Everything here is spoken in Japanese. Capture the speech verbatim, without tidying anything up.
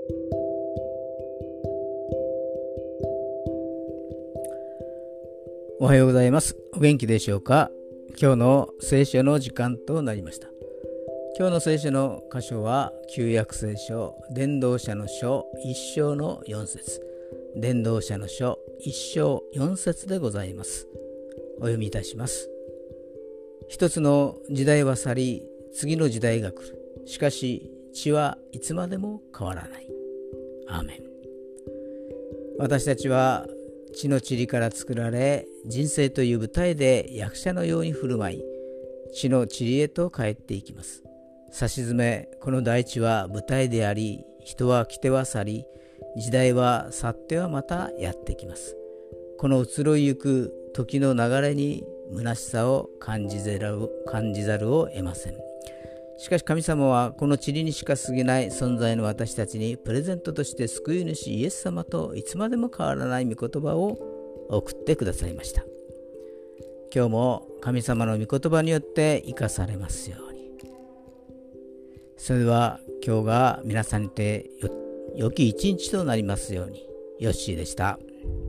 おはようございます。お元気でしょうか。今日の聖書の時間となりました。今日の聖書の箇所は旧約聖書伝道者の書一章の四節、伝道者の書一章四節でございます。お読みいたします。一つの時代は去り、次の時代が来る。しかし地はいつまでも変わらない。アーメン。私たちは地の塵から作られ、人生という舞台で役者のように振る舞い、地の塵へと帰っていきます。さしずめ、この大地は舞台であり、人は来ては去り、時代は去ってはまたやってきます。この移ろいゆく時の流れに虚しさを感じざるを、感じざるを得ません。しかし神様はこの塵にしか過ぎない存在の私たちにプレゼントとして救い主イエス様といつまでも変わらない御言葉を送ってくださいました。今日も神様の御言葉によって生かされますように。それでは今日が皆さんにとってよ良き一日となりますように。ヨッシーでした。